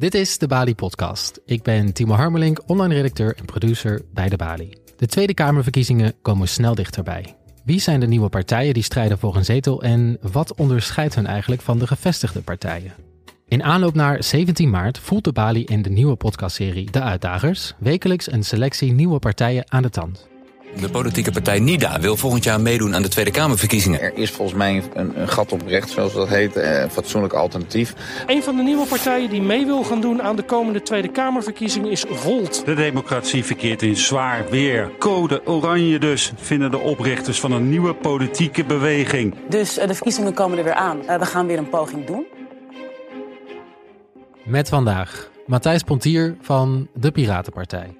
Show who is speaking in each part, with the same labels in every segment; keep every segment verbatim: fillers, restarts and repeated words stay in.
Speaker 1: Dit is de Bali Podcast. Ik ben Timo Harmelink, online redacteur en producer bij de Bali. De Tweede Kamerverkiezingen komen snel dichterbij. Wie zijn de nieuwe partijen die strijden voor een zetel en wat onderscheidt hen eigenlijk van de gevestigde partijen? In aanloop naar zeventien maart voelt de Bali in de nieuwe podcastserie De Uitdagers wekelijks een selectie nieuwe partijen aan de tand.
Speaker 2: De politieke partij NIDA wil volgend jaar meedoen aan de Tweede Kamerverkiezingen.
Speaker 3: Er is volgens mij een, een gat op recht, zoals dat heet, een fatsoenlijk alternatief.
Speaker 4: Een van de nieuwe partijen die mee wil gaan doen aan de komende Tweede Kamerverkiezingen is Volt.
Speaker 5: De democratie verkeert in zwaar weer. Code oranje dus, vinden de oprichters van een nieuwe politieke beweging.
Speaker 6: Dus uh, de verkiezingen komen er weer aan. Uh, we gaan weer een poging doen.
Speaker 1: Met vandaag Matthijs Pontier van de Piratenpartij.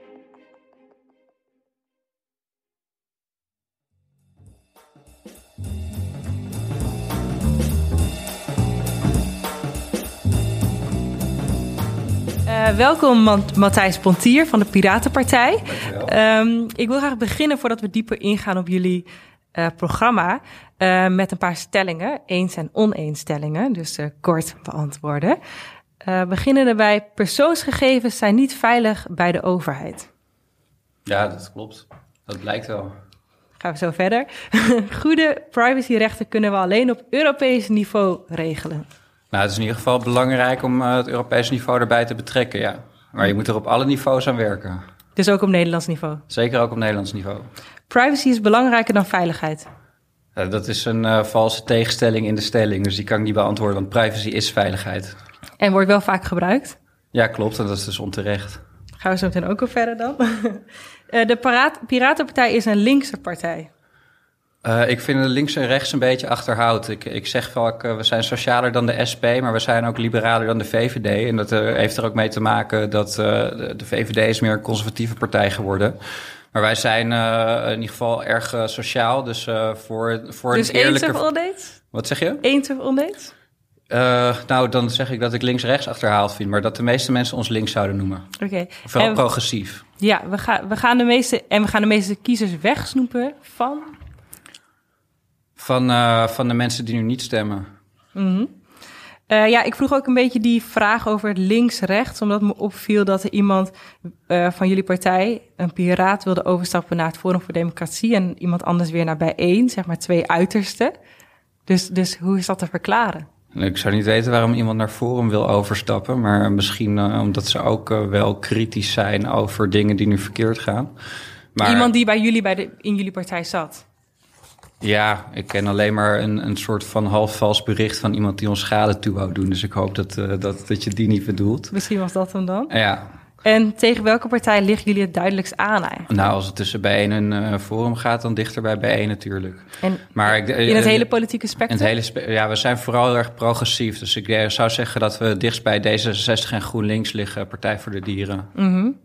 Speaker 7: Uh, welkom Mat- Matthijs Pontier van de Piratenpartij. Um, ik wil graag beginnen voordat we dieper ingaan op jullie uh, programma uh, met een paar stellingen, eens en oneens stellingen, dus uh, kort beantwoorden. Uh, beginnen erbij, persoonsgegevens zijn niet veilig bij de overheid.
Speaker 8: Ja, dat klopt. Dat blijkt wel.
Speaker 7: Gaan we zo verder. Goede privacyrechten kunnen we alleen op Europees niveau regelen.
Speaker 8: Nou, het is in ieder geval belangrijk om uh, het Europese niveau erbij te betrekken, ja. Maar je moet er op alle niveaus aan werken.
Speaker 7: Dus ook op Nederlands niveau?
Speaker 8: Zeker ook op Nederlands niveau.
Speaker 7: Privacy is belangrijker dan veiligheid?
Speaker 8: Ja, dat is een uh, valse tegenstelling in de stelling, dus die kan ik niet beantwoorden, want privacy is veiligheid.
Speaker 7: En wordt wel vaak gebruikt?
Speaker 8: Ja, klopt, en dat is dus onterecht.
Speaker 7: Gaan we zo meteen ook al verder dan. uh, de Paraat- Piratenpartij is een linkse partij.
Speaker 8: Uh, ik vind de links en rechts een beetje achterhaald. Ik, ik zeg vaak, uh, we zijn socialer dan de S P, maar we zijn ook liberaler dan de V V D. En dat uh, heeft er ook mee te maken dat uh, de, de V V D is meer een conservatieve partij geworden. Maar wij zijn uh, in ieder geval erg uh, sociaal, dus uh, voor, voor
Speaker 7: dus
Speaker 8: een eerlijke...
Speaker 7: eens of oneens?
Speaker 8: Wat zeg je?
Speaker 7: Eens of oneens?
Speaker 8: Uh, nou, dan zeg ik dat ik links-rechts achterhaald vind, maar dat de meeste mensen ons links zouden noemen.
Speaker 7: Oké. Okay.
Speaker 8: Vooral en, progressief.
Speaker 7: Ja, we gaan, we gaan de meeste, en we gaan de meeste kiezers wegsnoepen van...
Speaker 8: Van, uh, van de mensen die nu niet stemmen.
Speaker 7: Mm-hmm. Uh, ja, ik vroeg ook een beetje die vraag over het links-rechts, omdat me opviel dat er iemand uh, van jullie partij, een piraat, wilde overstappen naar het Forum voor Democratie en iemand anders weer naar bijeen, zeg maar twee uitersten. Dus, dus hoe is dat te verklaren?
Speaker 8: Ik zou niet weten waarom iemand naar Forum wil overstappen, maar misschien uh, omdat ze ook uh, wel kritisch zijn over dingen die nu verkeerd gaan. Maar,
Speaker 7: iemand die bij jullie bij de, in jullie partij zat?
Speaker 8: Ja, ik ken alleen maar een, een soort van half vals bericht van iemand die ons schade toe wou doen. Dus ik hoop dat, uh, dat, dat je die niet bedoelt.
Speaker 7: Misschien was dat hem dan?
Speaker 8: Ja.
Speaker 7: En tegen welke partij liggen jullie het duidelijkst aan eigenlijk?
Speaker 8: Nou, als het tussen bijeen en uh, Forum gaat, dan dichter bij bijeen natuurlijk.
Speaker 7: En
Speaker 8: maar ik,
Speaker 7: in het uh, hele politieke spectrum?
Speaker 8: In het hele spe- ja, we zijn vooral erg progressief. Dus ik uh, zou zeggen dat we dichtst bij D zesenzestig en GroenLinks liggen, Partij voor de Dieren.
Speaker 7: Mm-hmm.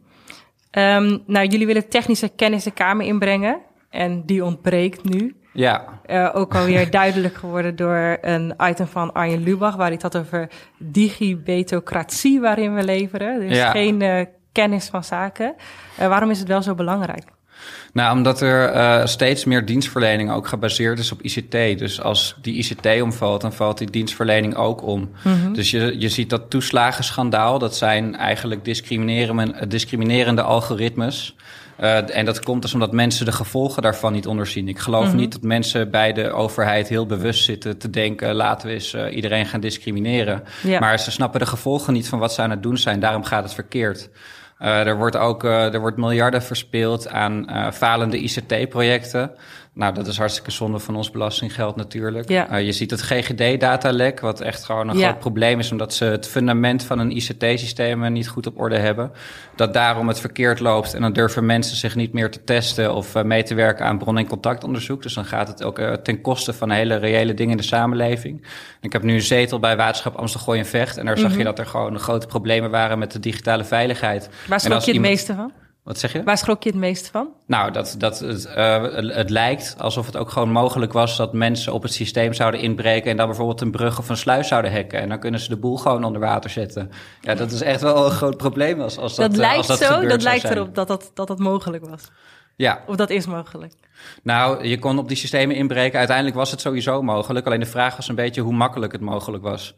Speaker 7: Um, nou, jullie willen technische kennis de Kamer inbrengen. En die ontbreekt nu.
Speaker 8: Ja.
Speaker 7: Uh, ook alweer duidelijk geworden door een item van Arjen Lubach, waar hij het had over digibetocratie waarin we leveren. Dus ja. geen uh, kennis van zaken. Uh, waarom is het wel zo belangrijk?
Speaker 8: Nou, omdat er uh, steeds meer dienstverlening ook gebaseerd is op I C T. Dus als die I C T omvalt, dan valt die dienstverlening ook om. Mm-hmm. Dus je, je ziet dat toeslagenschandaal, dat zijn eigenlijk discriminerende, discriminerende algoritmes. Uh, en dat komt dus omdat mensen de gevolgen daarvan niet onderzien. Ik geloof mm-hmm. niet dat mensen bij de overheid heel bewust zitten te denken, laten we eens uh, iedereen gaan discrimineren. Ja. Maar ze snappen de gevolgen niet van wat ze aan het doen zijn. Daarom gaat het verkeerd. Uh, er wordt ook uh, er wordt miljarden verspeeld aan uh, falende I C T-projecten. Nou, dat is hartstikke zonde van ons belastinggeld natuurlijk. Ja. Uh, je ziet het G G D-datalek, wat echt gewoon een ja. groot probleem is, omdat ze het fundament van een I C T-systeem niet goed op orde hebben. Dat daarom het verkeerd loopt en dan durven mensen zich niet meer te testen of uh, mee te werken aan bron- en contactonderzoek. Dus dan gaat het ook uh, ten koste van hele reële dingen in de samenleving. Ik heb nu een zetel bij Waterschap Amstelgooi en Vecht en daar mm-hmm. zag je dat er gewoon grote problemen waren met de digitale veiligheid.
Speaker 7: Waar schrok je het iemand... meeste van?
Speaker 8: Wat zeg je?
Speaker 7: Waar schrok je het meest van?
Speaker 8: Nou, dat, dat het, uh, het lijkt alsof het ook gewoon mogelijk was dat mensen op het systeem zouden inbreken en dan bijvoorbeeld een brug of een sluis zouden hacken. En dan kunnen ze de boel gewoon onder water zetten. Ja, dat is echt wel een groot probleem als, als dat,
Speaker 7: dat lijkt
Speaker 8: als dat
Speaker 7: zo,
Speaker 8: gebeurd
Speaker 7: dat lijkt
Speaker 8: zijn.
Speaker 7: erop dat dat, dat dat mogelijk was.
Speaker 8: Ja.
Speaker 7: Of dat is mogelijk.
Speaker 8: Nou, je kon op die systemen inbreken. Uiteindelijk was het sowieso mogelijk. Alleen de vraag was een beetje hoe makkelijk het mogelijk was.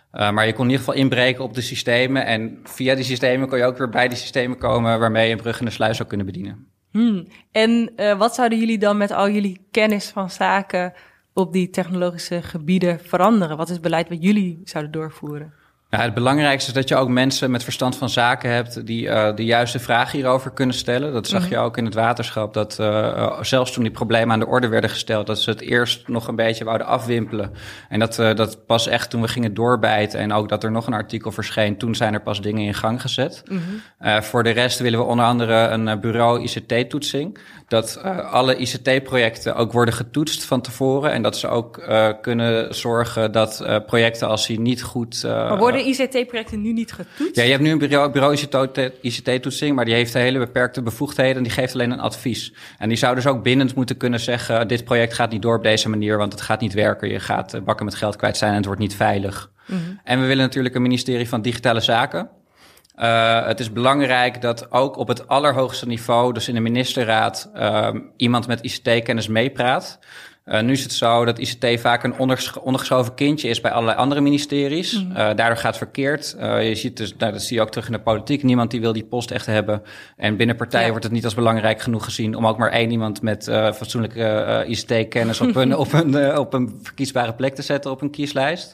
Speaker 8: Uh, maar je kon in ieder geval inbreken op de systemen. En via die systemen kon je ook weer bij die systemen komen waarmee je een brug in de sluis zou kunnen bedienen.
Speaker 7: Hmm. En uh, wat zouden jullie dan met al jullie kennis van zaken op die technologische gebieden veranderen? Wat is het beleid wat jullie zouden doorvoeren?
Speaker 8: Nou, het belangrijkste is dat je ook mensen met verstand van zaken hebt die uh, de juiste vragen hierover kunnen stellen. Dat zag mm-hmm. je ook in het waterschap, dat uh, zelfs toen die problemen aan de orde werden gesteld, dat ze het eerst nog een beetje wouden afwimpelen. En dat, uh, dat pas echt toen we gingen doorbijten en ook dat er nog een artikel verscheen, toen zijn er pas dingen in gang gezet. Mm-hmm. Uh, voor de rest willen we onder andere een uh, bureau I C T-toetsing. Dat uh, alle I C T-projecten ook worden getoetst van tevoren en dat ze ook uh, kunnen zorgen dat uh, projecten als die niet goed... Uh,
Speaker 7: maar worden I C T-projecten nu niet getoetst?
Speaker 8: Ja, je hebt nu een bureau, bureau I C T-toetsing, maar die heeft hele beperkte bevoegdheden en die geeft alleen een advies. En die zou dus ook bindend moeten kunnen zeggen, dit project gaat niet door op deze manier, want het gaat niet werken. Je gaat uh, bakken met geld kwijt zijn en het wordt niet veilig. Mm-hmm. En we willen natuurlijk een ministerie van Digitale Zaken. Uh, het is belangrijk dat ook op het allerhoogste niveau, dus in de ministerraad, uh, iemand met I C T-kennis meepraat. Uh, nu is het zo dat I C T vaak een onderges- ondergeschoven kindje is bij allerlei andere ministeries. Mm. Uh, daardoor gaat het verkeerd. Uh, je ziet dus, nou, dat zie je ook terug in de politiek. Niemand die wil die post echt hebben. En binnen partijen ja. wordt het niet als belangrijk genoeg gezien om ook maar één iemand met uh, fatsoenlijke uh, I C T-kennis op een, op, een, uh, op een verkiesbare plek te zetten op een kieslijst.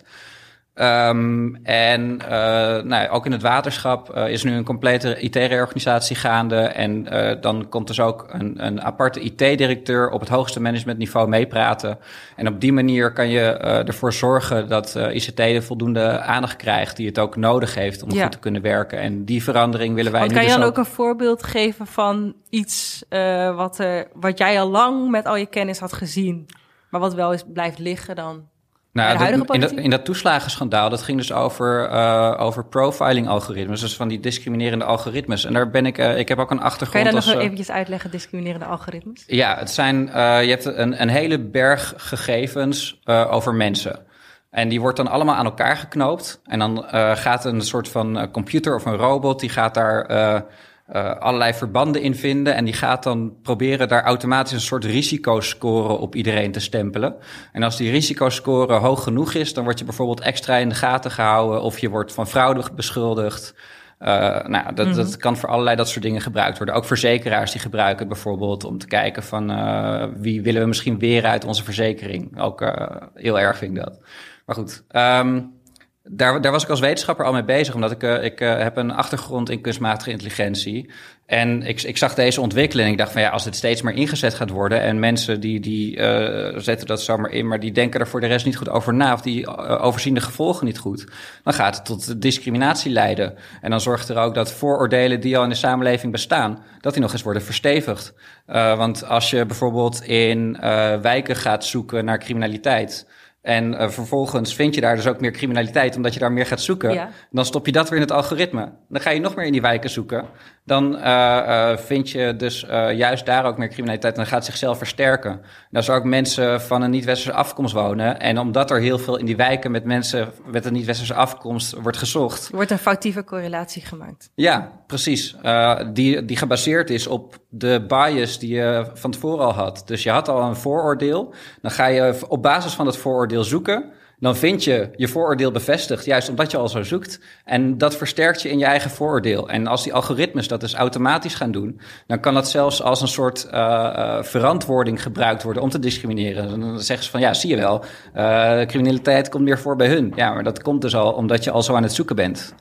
Speaker 8: Um, en uh, nou, ook in het waterschap uh, is nu een complete I T-reorganisatie gaande. En uh, dan komt dus ook een, een aparte I T-directeur op het hoogste managementniveau meepraten. En op die manier kan je uh, ervoor zorgen dat uh, I C T de voldoende aandacht krijgt die het ook nodig heeft om ja. goed te kunnen werken. En die verandering willen wij
Speaker 7: Want
Speaker 8: nu
Speaker 7: kan je
Speaker 8: dus
Speaker 7: dan
Speaker 8: ook...
Speaker 7: ook een voorbeeld geven van iets uh, wat, uh, wat jij al lang met al je kennis had gezien, maar wat wel eens blijft liggen dan?
Speaker 8: Nou, de, in, dat, in dat toeslagenschandaal, dat ging dus over, uh, over profiling-algoritmes, dus van die discriminerende algoritmes. En daar ben ik, uh, ik heb ook een achtergrond.
Speaker 7: Kan je dat
Speaker 8: als,
Speaker 7: nog
Speaker 8: uh,
Speaker 7: eventjes uitleggen, discriminerende algoritmes?
Speaker 8: Ja, het zijn, uh, je hebt een, een hele berg gegevens uh, over mensen. En die wordt dan allemaal aan elkaar geknoopt. En dan uh, gaat een soort van uh, computer of een robot, die gaat daar uh, uh, allerlei verbanden in vinden. En die gaat dan proberen daar automatisch een soort risicoscore op iedereen te stempelen. En als die risicoscore hoog genoeg is, dan word je bijvoorbeeld extra in de gaten gehouden of je wordt van fraude beschuldigd. Uh, nou, dat, mm-hmm. dat kan voor allerlei dat soort dingen gebruikt worden. Ook verzekeraars die gebruiken het bijvoorbeeld om te kijken van uh, wie willen we misschien weer uit onze verzekering. Ook uh, heel erg vind ik dat. Maar goed, um, daar, daar was ik als wetenschapper al mee bezig, omdat ik, uh, ik uh, heb een achtergrond in kunstmatige intelligentie. En ik, ik zag deze ontwikkeling en ik dacht van ja, als dit steeds meer ingezet gaat worden en mensen die, die uh, zetten dat zomaar in, maar die denken er voor de rest niet goed over na of die uh, overzien de gevolgen niet goed, dan gaat het tot discriminatie leiden. En dan zorgt er ook dat vooroordelen die al in de samenleving bestaan, dat die nog eens worden verstevigd. Uh, want als je bijvoorbeeld in uh, wijken gaat zoeken naar criminaliteit, en uh, vervolgens vind je daar dus ook meer criminaliteit, omdat je daar meer gaat zoeken. Ja. Dan stop je dat weer in het algoritme. Dan ga je nog meer in die wijken zoeken. Dan uh, uh, vind je dus uh, juist daar ook meer criminaliteit. En dan gaat het zichzelf versterken. En als er ook mensen van een niet-westerse afkomst wonen, en omdat er heel veel in die wijken met mensen met een niet-westerse afkomst wordt gezocht.
Speaker 7: Er wordt een foutieve correlatie gemaakt.
Speaker 8: Ja, precies. Uh, die, die gebaseerd is op de bias die je van tevoren al had. Dus je had al een vooroordeel. Dan ga je op basis van dat vooroordeel zoeken. Dan vind je je vooroordeel bevestigd, juist omdat je al zo zoekt. En dat versterkt je in je eigen vooroordeel. En als die algoritmes dat dus automatisch gaan doen, dan kan dat zelfs als een soort uh, uh, verantwoording gebruikt worden om te discrimineren. En dan zeggen ze van, ja, zie je wel, uh, criminaliteit komt meer voor bij hun. Ja, maar dat komt dus al omdat je al zo aan het zoeken bent.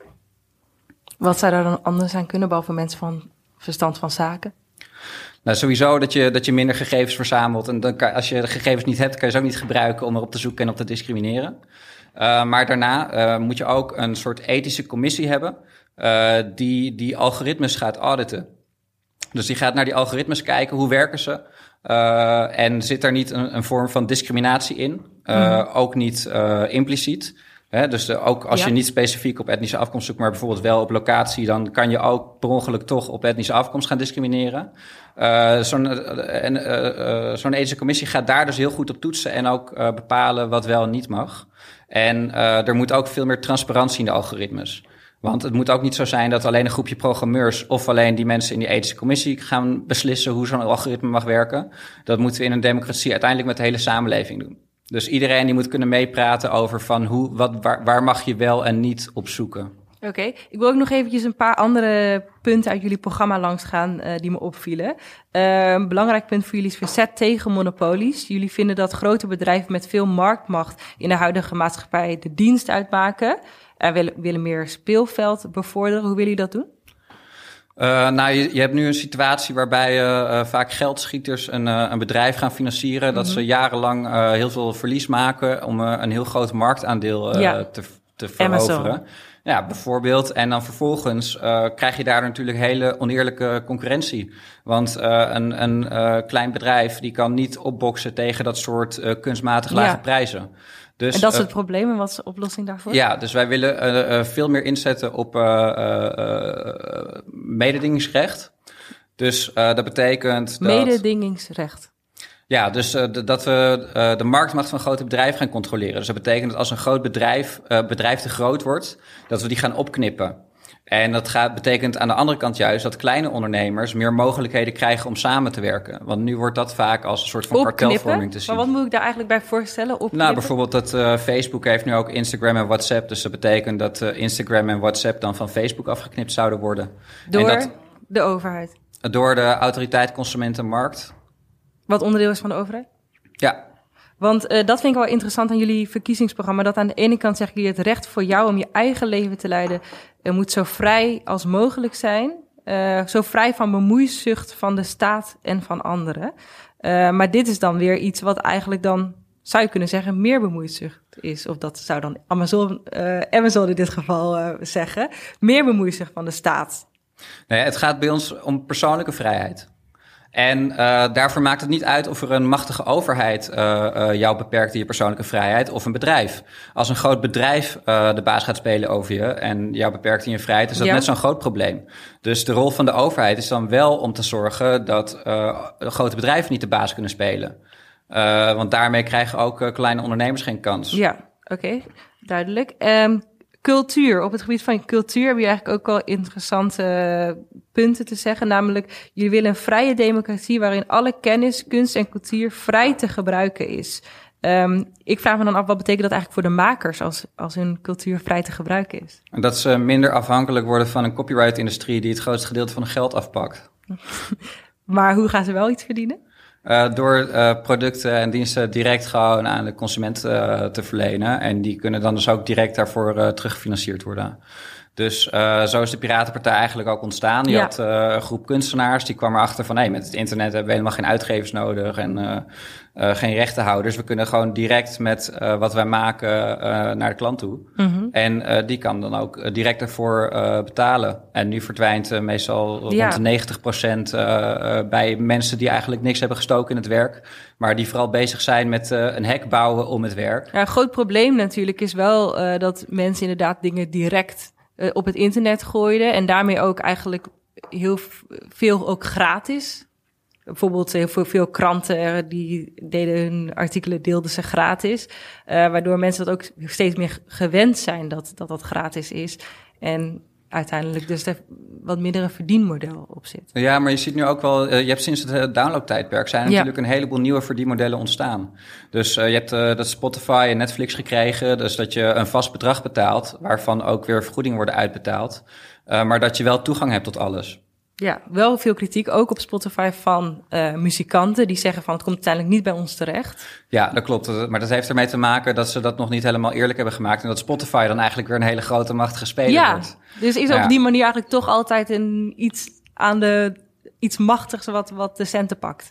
Speaker 7: Wat zou er dan anders aan kunnen, behalve mensen van verstand van zaken?
Speaker 8: Nou, sowieso dat je, dat je minder gegevens verzamelt. En dan kan, als je de gegevens niet hebt, kan je ze ook niet gebruiken om erop te zoeken en op te discrimineren. Uh, maar daarna uh, moet je ook een soort ethische commissie hebben uh, die die algoritmes gaat auditen. Dus die gaat naar die algoritmes kijken, hoe werken ze? Uh, en zit er niet een, een vorm van discriminatie in? Uh, mm. Ook niet uh, impliciet. He, dus de, ook als ja. je niet specifiek op etnische afkomst zoekt, maar bijvoorbeeld wel op locatie, dan kan je ook per ongeluk toch op etnische afkomst gaan discrimineren. Uh, zo'n, uh, en, uh, uh, zo'n ethische commissie gaat daar dus heel goed op toetsen en ook uh, bepalen wat wel en niet mag. En uh, er moet ook veel meer transparantie in de algoritmes. Want het moet ook niet zo zijn dat alleen een groepje programmeurs of alleen die mensen in die ethische commissie gaan beslissen hoe zo'n algoritme mag werken. Dat moeten we in een democratie uiteindelijk met de hele samenleving doen. Dus iedereen die moet kunnen meepraten over van hoe, wat, waar, waar mag je wel en niet op zoeken.
Speaker 7: Oké, okay. Ik wil ook nog eventjes een paar andere punten uit jullie programma langsgaan uh, die me opvielen. Uh, een belangrijk punt voor jullie is verzet tegen monopolies. Jullie vinden dat grote bedrijven met veel marktmacht in de huidige maatschappij de dienst uitmaken en willen, willen meer speelveld bevorderen. Hoe willen jullie dat doen?
Speaker 8: Uh, nou, je, je hebt nu een situatie waarbij uh, uh, vaak geldschieters een, uh, een bedrijf gaan financieren, mm-hmm. dat ze jarenlang uh, heel veel verlies maken om uh, een heel groot marktaandeel uh, ja. te, te veroveren. Amazon. Ja, bijvoorbeeld. En dan vervolgens uh, krijg je daar natuurlijk hele oneerlijke concurrentie. Want uh, een, een uh, klein bedrijf die kan niet opboksen tegen dat soort uh, kunstmatig lage ja. prijzen. Dus,
Speaker 7: en dat is
Speaker 8: uh,
Speaker 7: het probleem en wat is de oplossing daarvoor?
Speaker 8: Ja, dus wij willen uh, uh, veel meer inzetten op uh, uh, uh, mededingingsrecht. Dus uh, dat betekent dat...
Speaker 7: Mededingingsrecht.
Speaker 8: Ja, dus uh, d- dat we uh, de marktmacht van grote bedrijven gaan controleren. Dus dat betekent dat als een groot bedrijf, uh, bedrijf te groot wordt, dat we die gaan opknippen. En dat gaat, betekent aan de andere kant juist dat kleine ondernemers meer mogelijkheden krijgen om samen te werken. Want nu wordt dat vaak als een soort van
Speaker 7: opknippen?
Speaker 8: kartelvorming te zien.
Speaker 7: Maar wat moet ik daar eigenlijk bij voorstellen? Opknippen?
Speaker 8: Nou, bijvoorbeeld dat uh, Facebook heeft nu ook Instagram en WhatsApp. Dus dat betekent dat uh, Instagram en WhatsApp dan van Facebook afgeknipt zouden worden.
Speaker 7: Door
Speaker 8: en dat,
Speaker 7: de overheid?
Speaker 8: Door de Autoriteit Consumentenmarkt.
Speaker 7: Wat onderdeel is van de overheid?
Speaker 8: Ja.
Speaker 7: Want uh, dat vind ik wel interessant aan jullie verkiezingsprogramma. Dat aan de ene kant zeggen jullie het recht voor jou om je eigen leven te leiden uh, moet zo vrij als mogelijk zijn. Uh, zo vrij van bemoeizucht van de staat en van anderen. Uh, maar dit is dan weer iets wat eigenlijk dan, zou je kunnen zeggen, meer bemoeizucht is. Of dat zou dan Amazon, uh, Amazon in dit geval uh, zeggen. Meer bemoeizucht van de staat.
Speaker 8: Nee, het gaat bij ons om persoonlijke vrijheid. En uh, daarvoor maakt het niet uit of er een machtige overheid uh, uh, jou beperkt in je persoonlijke vrijheid of een bedrijf. Als een groot bedrijf uh, de baas gaat spelen over je en jou beperkt in je vrijheid, is dat ja. net zo'n groot probleem. Dus de rol van de overheid is dan wel om te zorgen dat uh, grote bedrijven niet de baas kunnen spelen. Uh, want daarmee krijgen ook uh, kleine ondernemers geen kans.
Speaker 7: Ja, oké, okay, duidelijk. Um, Cultuur. Op het gebied van cultuur heb je eigenlijk ook wel interessante punten te zeggen. Namelijk, jullie willen een vrije democratie waarin alle kennis, kunst en cultuur vrij te gebruiken is. Um, ik vraag me dan af, wat betekent dat eigenlijk voor de makers als, als hun cultuur vrij te gebruiken is?
Speaker 8: En dat ze minder afhankelijk worden van een copyright-industrie die het grootste gedeelte van hun geld afpakt.
Speaker 7: Maar hoe gaan ze wel iets verdienen?
Speaker 8: Uh, door uh, producten en diensten direct gewoon aan de consument uh, te verlenen. En die kunnen dan dus ook direct daarvoor uh, teruggefinancierd worden. Dus uh, zo is de Piratenpartij eigenlijk ook ontstaan. Je ja. had uh, een groep kunstenaars, die kwam erachter van... hey, met het internet hebben we helemaal geen uitgevers nodig en uh, uh, geen rechtenhouders. We kunnen gewoon direct met uh, wat wij maken uh, naar de klant toe. Mm-hmm. En uh, die kan dan ook uh, direct ervoor uh, betalen. En nu verdwijnt uh, meestal ja. rond de negentig procent uh, uh, bij mensen die eigenlijk niks hebben gestoken in het werk... maar die vooral bezig zijn met uh, een hek bouwen om het werk.
Speaker 7: Ja, een groot probleem natuurlijk is wel uh, dat mensen inderdaad dingen direct... Uh, op het internet gooiden en daarmee ook eigenlijk heel veel ook gratis. Bijvoorbeeld heel veel, veel kranten die deden hun artikelen, deelden ze gratis. Uh, waardoor mensen dat ook steeds meer gewend zijn dat dat, dat gratis is. En uiteindelijk dus er wat minder een verdienmodel op zit.
Speaker 8: Ja, maar je ziet nu ook wel, uh, je hebt sinds het downloadtijdperk zijn natuurlijk ja. een heleboel nieuwe verdienmodellen ontstaan. Dus uh, je hebt uh, dat Spotify en Netflix gekregen, dus dat je een vast bedrag betaalt, waarvan ook weer vergoedingen worden uitbetaald, uh, maar dat je wel toegang hebt tot alles.
Speaker 7: Ja, wel veel kritiek, ook op Spotify van uh, muzikanten die zeggen van het komt uiteindelijk niet bij ons terecht.
Speaker 8: Ja, dat klopt. Maar dat heeft ermee te maken dat ze dat nog niet helemaal eerlijk hebben gemaakt en dat Spotify dan eigenlijk weer een hele grote machtige speler
Speaker 7: ja,
Speaker 8: wordt.
Speaker 7: Dus is
Speaker 8: ja.
Speaker 7: op die manier eigenlijk toch altijd een iets aan de iets machtigs wat, wat de centen pakt.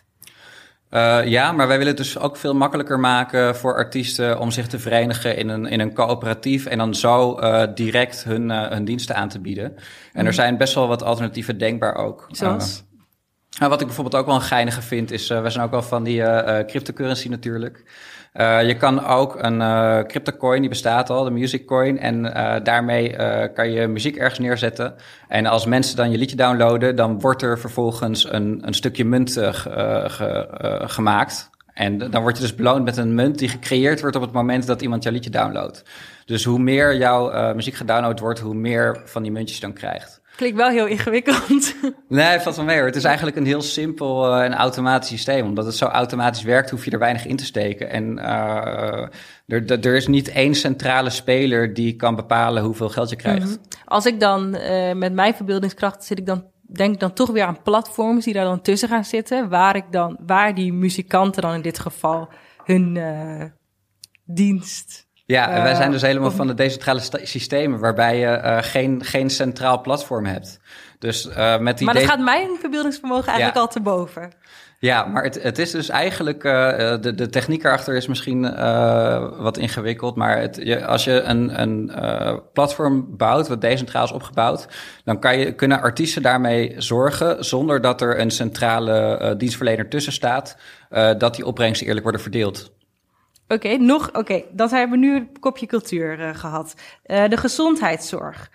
Speaker 8: Uh, ja, maar wij willen het dus ook veel makkelijker maken voor artiesten om zich te verenigen in een, in een coöperatief en dan zo uh, direct hun, uh, hun diensten aan te bieden. En mm. er zijn best wel wat alternatieven denkbaar ook.
Speaker 7: Zoals?
Speaker 8: Uh, wat ik bijvoorbeeld ook wel een geinige vind is, uh, wij zijn ook wel van die uh, cryptocurrency natuurlijk. Uh, je kan ook een uh, cryptocoin, die bestaat al, de Music Coin. En uh, daarmee uh, kan je muziek ergens neerzetten. En als mensen dan je liedje downloaden, dan wordt er vervolgens een, een stukje munt uh, ge, uh, gemaakt. En dan word je dus beloond met een munt die gecreëerd wordt op het moment dat iemand jouw liedje downloadt. Dus hoe meer jouw uh, muziek gedownload wordt, hoe meer van die muntjes je dan krijgt.
Speaker 7: Klinkt wel heel ingewikkeld.
Speaker 8: Nee, valt wel mee hoor. Het is eigenlijk een heel simpel uh, en automatisch systeem. Omdat het zo automatisch werkt, hoef je er weinig in te steken. En uh, er, er is niet één centrale speler die kan bepalen hoeveel geld je krijgt.
Speaker 7: Mm-hmm. Als ik dan uh, met mijn verbeeldingskracht zit ik dan, denk ik dan toch weer aan platforms die daar dan tussen gaan zitten. Waar ik dan, waar die muzikanten dan in dit geval hun uh, dienst...
Speaker 8: Ja, en wij
Speaker 7: Uh,
Speaker 8: zijn dus helemaal
Speaker 7: of...
Speaker 8: van de decentrale st- systemen waarbij je uh, geen, geen centraal platform hebt. Dus, uh, met die
Speaker 7: maar dat
Speaker 8: de-
Speaker 7: gaat mijn verbeeldingsvermogen eigenlijk
Speaker 8: ja.
Speaker 7: al te boven.
Speaker 8: Ja, maar het, het is dus eigenlijk... Uh, de, de techniek erachter is misschien uh, wat ingewikkeld. Maar het, je, als je een, een uh, platform bouwt wat decentraal is opgebouwd... dan kan je, kunnen artiesten daarmee zorgen... zonder dat er een centrale uh, dienstverlener tussen staat... Uh, dat die opbrengsten eerlijk worden verdeeld.
Speaker 7: Oké, okay, nog. Oké, okay, dan hebben we nu een kopje cultuur uh, gehad. Uh, de gezondheidszorg.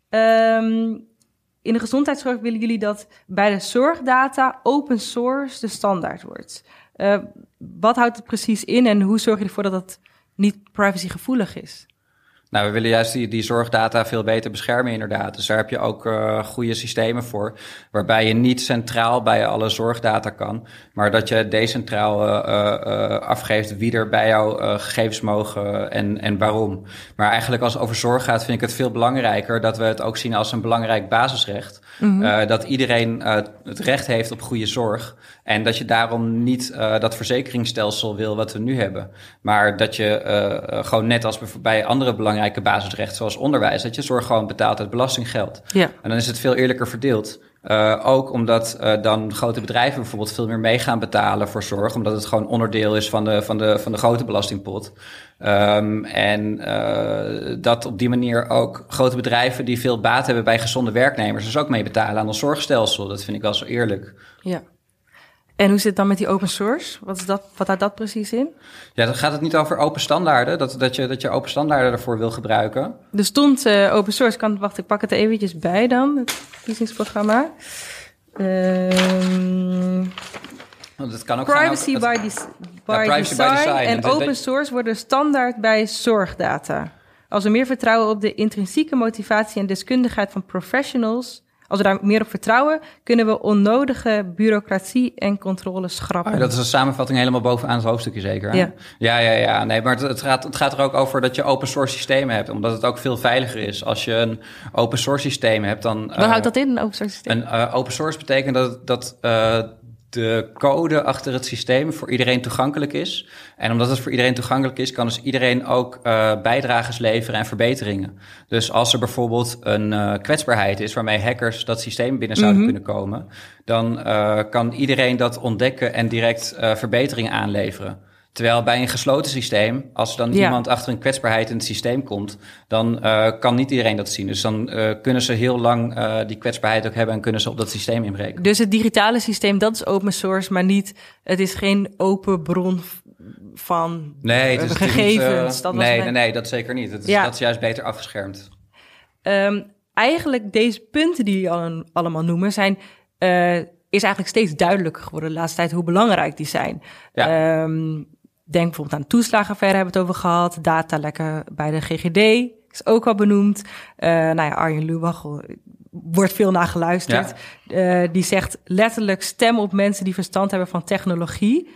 Speaker 7: Um, in de gezondheidszorg willen jullie dat bij de zorgdata open source de standaard wordt. Uh, wat houdt het precies in en hoe zorg je ervoor dat het niet privacygevoelig is?
Speaker 8: Nou, we willen juist die, die zorgdata veel beter beschermen inderdaad. Dus daar heb je ook uh, goede systemen voor... waarbij je niet centraal bij alle zorgdata kan... maar dat je decentraal uh, uh, afgeeft wie er bij jou uh, gegevens mogen en, en waarom. Maar eigenlijk als het over zorg gaat vind ik het veel belangrijker... dat we het ook zien als een belangrijk basisrecht. Mm-hmm. Uh, dat iedereen uh, het recht heeft op goede zorg... en dat je daarom niet uh, dat verzekeringsstelsel wil wat we nu hebben. Maar dat je uh, gewoon net als bij andere belangrijke basisrechten... zoals onderwijs, dat je zorg gewoon betaalt uit belastinggeld. Ja. En dan is het veel eerlijker verdeeld. Uh, ook omdat uh, dan grote bedrijven bijvoorbeeld veel meer mee gaan betalen voor zorg... omdat het gewoon onderdeel is van de, van de, van de grote belastingpot. Um, en uh, dat op die manier ook grote bedrijven die veel baat hebben bij gezonde werknemers... dus ook mee betalen aan ons zorgstelsel. Dat vind ik wel zo eerlijk.
Speaker 7: Ja. En hoe zit het dan met die open source? Wat, is dat, wat houdt dat precies in?
Speaker 8: Ja, dan gaat het niet over open standaarden, dat, dat, je, dat je open standaarden ervoor wil gebruiken.
Speaker 7: Er stond uh, open source, kan, wacht, ik pak het er eventjes bij dan, het verkiezingsprogramma. Um,
Speaker 8: Want het kan ook
Speaker 7: privacy
Speaker 8: gaan over,
Speaker 7: by,
Speaker 8: het,
Speaker 7: des,
Speaker 8: by,
Speaker 7: ja, privacy design, by design en, en open
Speaker 8: dat,
Speaker 7: source worden standaard bij zorgdata. Als we meer vertrouwen op de intrinsieke motivatie en deskundigheid van professionals... Als we daar meer op vertrouwen, kunnen we onnodige bureaucratie en controle schrappen.
Speaker 8: Oh, dat is een samenvatting helemaal bovenaan het hoofdstukje zeker. Hè?
Speaker 7: Ja.
Speaker 8: ja, ja, ja. Nee, maar het, het, gaat, het gaat er ook over dat je open source systemen hebt. Omdat het ook veel veiliger is. Als je een open source systeem hebt, dan...
Speaker 7: Wat uh, houdt dat in, een open source systeem?
Speaker 8: Een uh, open source betekent dat... dat uh, de code achter het systeem voor iedereen toegankelijk is. En omdat het voor iedereen toegankelijk is, kan dus iedereen ook uh, bijdrages leveren en verbeteringen. Dus als er bijvoorbeeld een uh, kwetsbaarheid is waarmee hackers dat systeem binnen zouden mm-hmm. kunnen komen, dan uh, kan iedereen dat ontdekken en direct uh, verbeteringen aanleveren. Terwijl bij een gesloten systeem, als dan ja. iemand achter een kwetsbaarheid in het systeem komt, dan uh, kan niet iedereen dat zien. Dus dan uh, kunnen ze heel lang uh, die kwetsbaarheid ook hebben en kunnen ze op dat systeem inbreken.
Speaker 7: Dus het digitale systeem, dat is open source, maar niet, het is geen open bron van
Speaker 8: nee, het is
Speaker 7: gegevens.
Speaker 8: Niet, uh,
Speaker 7: dat
Speaker 8: nee,
Speaker 7: was
Speaker 8: nee, nee, dat zeker niet. Het is, ja. Dat is juist beter afgeschermd.
Speaker 7: Um, eigenlijk deze punten die jullie allemaal noemen, zijn... Uh, is eigenlijk steeds duidelijker geworden de laatste tijd hoe belangrijk die zijn. Ja. Um, Denk bijvoorbeeld aan de toeslagenaffaire, hebben we het over gehad. Datalekken bij de G G D is ook al benoemd. Uh, nou ja, Arjen Lubach wordt veel naar geluisterd. Ja. Uh, die zegt letterlijk stem op mensen die verstand hebben van technologie.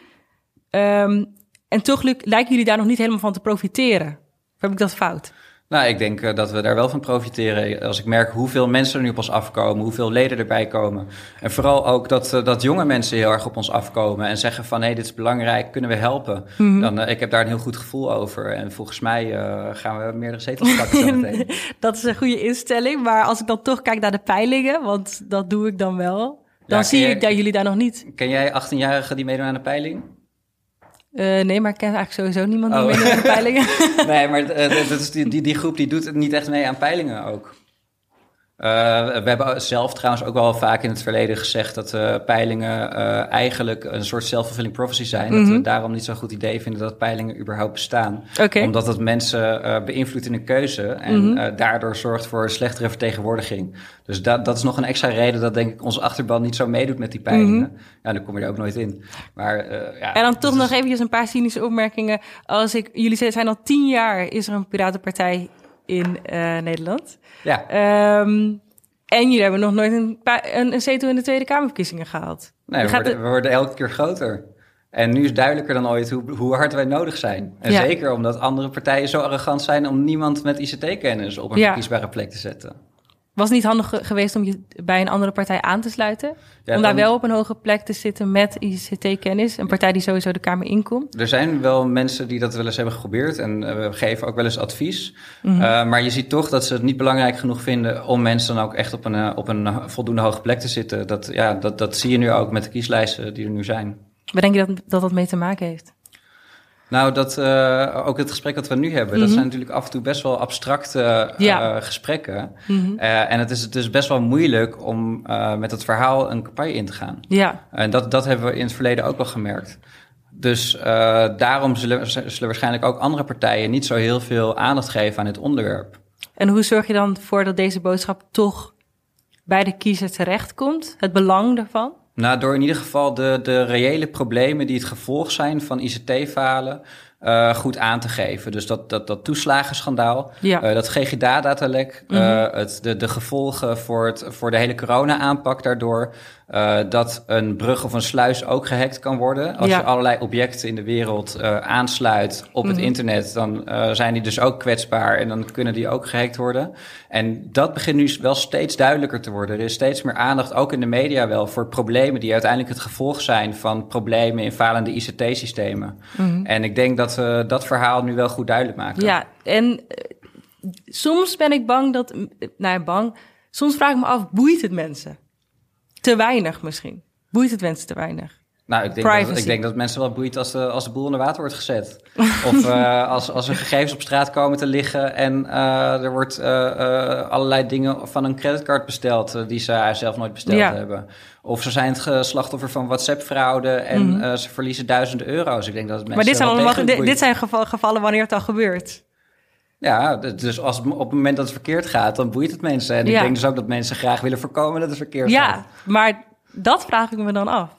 Speaker 7: Um, en toch lijken jullie daar nog niet helemaal van te profiteren. Of heb ik dat fout?
Speaker 8: Nou, ik denk uh, dat we daar wel van profiteren. Als ik merk hoeveel mensen er nu op ons afkomen, hoeveel leden erbij komen. En vooral ook dat, uh, dat jonge mensen heel erg op ons afkomen en zeggen van, hé, hey, dit is belangrijk, kunnen we helpen? Mm-hmm. Dan, uh, ik heb daar een heel goed gevoel over. En volgens mij uh, gaan we meerdere zetels pakken zo meteen.
Speaker 7: Dat is een goede instelling. Maar als ik dan toch kijk naar de peilingen, want dat doe ik dan wel, dan ja, zie jij, ik dat jullie daar nog niet.
Speaker 8: Ken jij achttienjarigen die meedoen aan de peiling?
Speaker 7: Uh, nee, maar ik ken eigenlijk sowieso niemand die oh. meedoet aan de peilingen.
Speaker 8: Nee, maar uh, dat is die, die, die groep die doet niet echt mee aan peilingen ook. Uh, we hebben zelf trouwens ook wel vaak in het verleden gezegd dat uh, peilingen uh, eigenlijk een soort self-fulfilling prophecy zijn. Mm-hmm. Dat we daarom niet zo'n goed idee vinden dat peilingen überhaupt bestaan.
Speaker 7: Okay.
Speaker 8: Omdat het mensen uh, beïnvloedt in een keuze en mm-hmm. uh, daardoor zorgt voor een slechtere vertegenwoordiging. Dus dat, dat is nog een extra reden dat denk ik onze achterban niet zo meedoet met die peilingen. Mm-hmm. Ja, dan kom je er ook nooit in. Maar, uh, ja,
Speaker 7: en dan toch nog
Speaker 8: is...
Speaker 7: eventjes een paar cynische opmerkingen. Als ik, jullie zijn al tien jaar, is er een Piratenpartij in uh, Nederland.
Speaker 8: Ja.
Speaker 7: Um, en jullie hebben nog nooit een, een, een zetel in de Tweede Kamerverkiezingen gehaald.
Speaker 8: Nee, we worden, de... we worden elke keer groter. En nu is duidelijker dan ooit hoe, hoe hard wij nodig zijn. En ja. zeker omdat andere partijen zo arrogant zijn om niemand met I C T-kennis op een ja. verkiesbare plek te zetten.
Speaker 7: Was het niet handig geweest om je bij een andere partij aan te sluiten? Ja, om daar dan... wel op een hoge plek te zitten met I C T-kennis? Een partij die sowieso de Kamer inkomt?
Speaker 8: Er zijn wel mensen die dat wel eens hebben geprobeerd. En uh, we geven ook wel eens advies. Mm-hmm. Uh, maar je ziet toch dat ze het niet belangrijk genoeg vinden om mensen dan ook echt op een, uh, op een voldoende hoge plek te zitten. Dat, ja, dat, dat zie je nu ook met de kieslijsten die er nu zijn.
Speaker 7: Waar denk je dat dat, dat mee te maken heeft?
Speaker 8: Nou, dat uh, ook het gesprek dat we nu hebben, mm-hmm. dat zijn natuurlijk af en toe best wel abstracte uh, ja. gesprekken. Mm-hmm. Uh, en het is dus best wel moeilijk om uh, met het verhaal een campagne in te gaan.
Speaker 7: Ja.
Speaker 8: En dat, dat hebben we in het verleden ook wel gemerkt. Dus uh, daarom zullen, zullen waarschijnlijk ook andere partijen niet zo heel veel aandacht geven aan dit onderwerp.
Speaker 7: En hoe zorg je dan voor dat deze boodschap toch bij de kiezer terechtkomt? Het belang daarvan?
Speaker 8: Nou, door in ieder geval de, de reële problemen die het gevolg zijn van I C T-falen uh, goed aan te geven. Dus dat, dat, dat toeslagenschandaal, ja. uh, dat G G D A-datalek, mm-hmm. uh, het, de, de gevolgen voor, het, voor de hele corona-aanpak daardoor, uh, dat een brug of een sluis ook gehackt kan worden. Als ja. je allerlei objecten in de wereld uh, aansluit op mm-hmm. het internet, dan uh, zijn die dus ook kwetsbaar en dan kunnen die ook gehackt worden. En dat begint nu wel steeds duidelijker te worden. Er is steeds meer aandacht, ook in de media wel, voor problemen die uiteindelijk het gevolg zijn van problemen in falende I C T-systemen. Mm-hmm. En ik denk dat we dat verhaal nu wel goed duidelijk maken.
Speaker 7: Ja, en uh, soms ben ik bang dat... Nou ja, bang. Soms vraag ik me af, boeit het mensen? Te weinig misschien. Boeit het mensen te weinig?
Speaker 8: Nou, ik denk, dat, ik denk dat mensen wel boeit als de, als de boel onder water wordt gezet. Of uh, als, als er gegevens op straat komen te liggen en uh, er wordt uh, uh, allerlei dingen van een creditcard besteld uh, die ze zelf nooit besteld ja. hebben. Of ze zijn het slachtoffer van WhatsApp-fraude en mm-hmm. uh, ze verliezen duizenden euro's. Ik denk dat het mensen
Speaker 7: maar dit zijn, allemaal, dit, dit zijn geval, gevallen wanneer het al gebeurt.
Speaker 8: Ja, dus als, op het moment dat het verkeerd gaat, dan boeit het mensen. En ja. ik denk dus ook dat mensen graag willen voorkomen dat het verkeerd
Speaker 7: ja,
Speaker 8: gaat.
Speaker 7: Ja, maar dat vraag ik me dan af.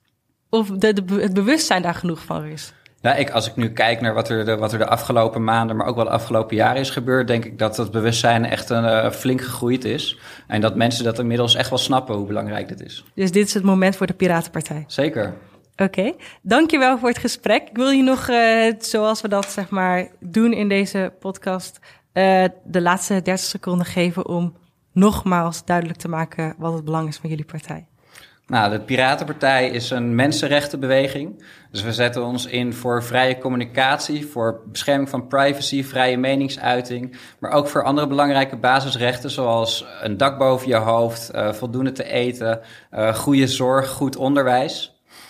Speaker 7: Of de, de, het bewustzijn daar genoeg van is.
Speaker 8: Nou, ik, als ik nu kijk naar wat er, de, wat er de afgelopen maanden, maar ook wel de afgelopen jaren is gebeurd, denk ik dat het bewustzijn echt een, uh, flink gegroeid is. En dat mensen dat inmiddels echt wel snappen hoe belangrijk dit is.
Speaker 7: Dus dit is het moment voor de Piratenpartij?
Speaker 8: Zeker.
Speaker 7: Oké, okay. Dankjewel voor het gesprek. Ik wil je nog, uh, zoals we dat zeg maar doen in deze podcast, uh, de laatste dertig seconden geven om nogmaals duidelijk te maken wat het belang is van jullie partij.
Speaker 8: Nou, de Piratenpartij is een mensenrechtenbeweging. Dus we zetten ons in voor vrije communicatie, voor bescherming van privacy, vrije meningsuiting, maar ook voor andere belangrijke basisrechten zoals een dak boven je hoofd, uh, voldoende te eten, uh, goede zorg, goed onderwijs.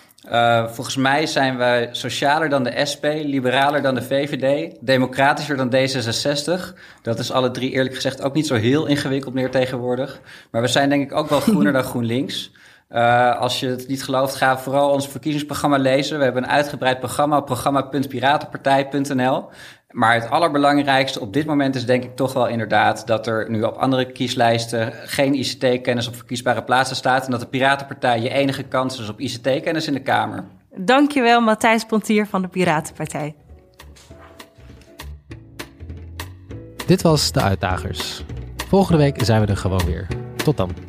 Speaker 8: Uh, volgens mij zijn wij socialer dan de S P, liberaler dan de V V D, democratischer dan D zesenzestig. Dat is alle drie eerlijk gezegd ook niet zo heel ingewikkeld meer tegenwoordig. Maar we zijn denk ik ook wel groener dan GroenLinks. Uh, als je het niet gelooft, ga vooral ons verkiezingsprogramma lezen. We hebben een uitgebreid programma op programma punt piratenpartij punt n l. Maar het allerbelangrijkste op dit moment is denk ik toch wel inderdaad dat er nu op andere kieslijsten geen I C T-kennis op verkiesbare plaatsen staat. En dat de Piratenpartij je enige kans is op I C T-kennis in de Kamer.
Speaker 7: Dankjewel, Matthijs Pontier van de Piratenpartij.
Speaker 1: Dit was De Uitdagers. Volgende week zijn we er gewoon weer. Tot dan.